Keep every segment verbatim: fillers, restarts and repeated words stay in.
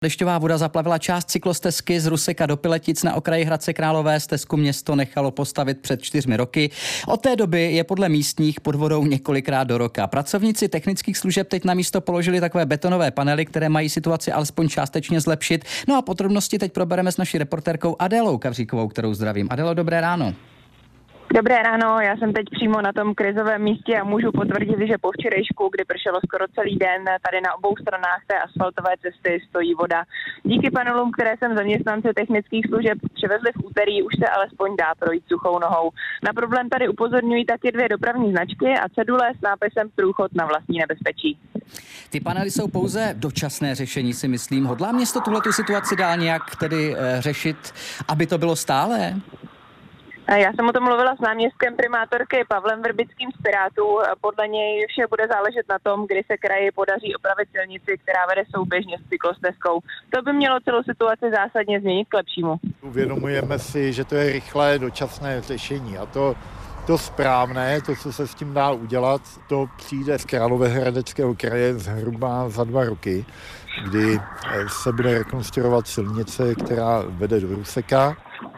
Dešťová voda zaplavila část cyklostezky z Ruseka do Piletic na okraji Hradce Králové. Stezku město nechalo postavit před čtyřmi roky. Od té doby je podle místních pod vodou několikrát do roka. Pracovníci technických služeb teď na místo položili takové betonové panely, které mají situaci alespoň částečně zlepšit. No a podrobnosti teď probereme s naší reportérkou Adélou Kavříkovou, kterou zdravím. Adélo, dobré ráno. Dobré ráno, já jsem teď přímo na tom krizovém místě a můžu potvrdit, že po včerejšku, kdy pršelo skoro celý den, tady na obou stranách té asfaltové cesty stojí voda. Díky panelům, které jsem zaměstnanci technických služeb přivezli v úterý, už se alespoň dá projít suchou nohou. Na problém tady upozorňují taky dvě dopravní značky a cedule s nápisem průchod na vlastní nebezpečí. Ty panely jsou pouze dočasné řešení, si myslím. Hodlá město tuhletu situaci dál nějak tedy e, řešit, aby to bylo stále? Já jsem o tom mluvila s náměstkem primátorky Pavlem Vrbickým z Pirátů. Podle něj vše bude záležet na tom, kdy se kraji podaří opravit silnici, která vede souběžně s cyklostezkou. To by mělo celou situaci zásadně změnit k lepšímu. Uvědomujeme si, že to je rychlé dočasné řešení a to, to správné, to, co se s tím dá udělat, to přijde z Královéhradeckého kraje zhruba za dva roky, kdy se bude rekonstruovat silnice, která vede do Ruseka.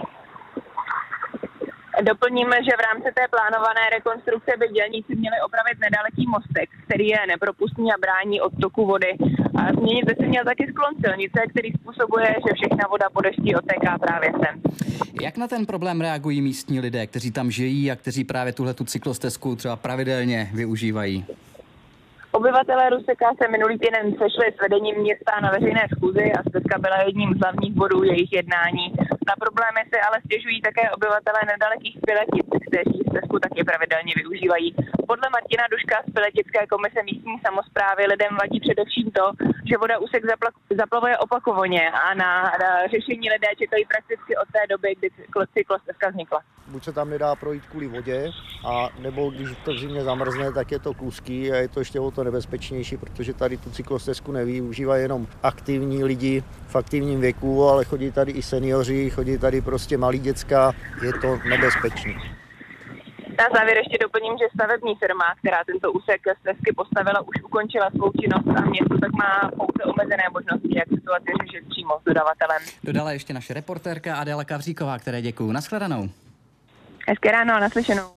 Doplníme, že v rámci té plánované rekonstrukce by dělníci měli opravit nedaleký mostek, který je nepropustný a brání odtoku vody. A změnit by se měl taky sklon silnice, který způsobuje, že všechna voda po dešti odtéká právě sem. Jak na ten problém reagují místní lidé, kteří tam žijí a kteří právě tuhletu cyklostezku třeba pravidelně využívají? Obyvatelé Ruseka se minulý týden sešli s vedením města na veřejné schůzi a stezka byla jedním z hlavních bodů jejich jednání. Na problémy se ale stěžují také obyvatelé nedalekých Piletic, kteří stezku taky pravidelně využívají. Podle Martina Duška z Piletické komise místní samosprávy lidem vadí především to, že voda úsek zapla- zaplavuje opakovaně a na, na řešení lidé čekají prakticky od té doby, kdy cyklostezka vznikla. Buď se tam nedá projít kvůli vodě, a nebo když to v zimě zamrzne, tak je to kůzký a je to ještě o to nebezpečnější, protože tady tu cyklostezku nevyužívají jenom aktivní lidi v aktivním věku, ale chodí tady i seniori, chodí tady prostě malí děcka, je to nebezpečné. Na závěr ještě doplním, že stavební firma, která tento úsek stezky postavila, už ukončila svou činnost a město tak má pouze omezené možnosti, jak situaci řešit přímo s dodavatelem. Dodala ještě naše reportérka Adéla Kavříková, které děkuju. Nashledanou. Hezké ráno a naslyšenou.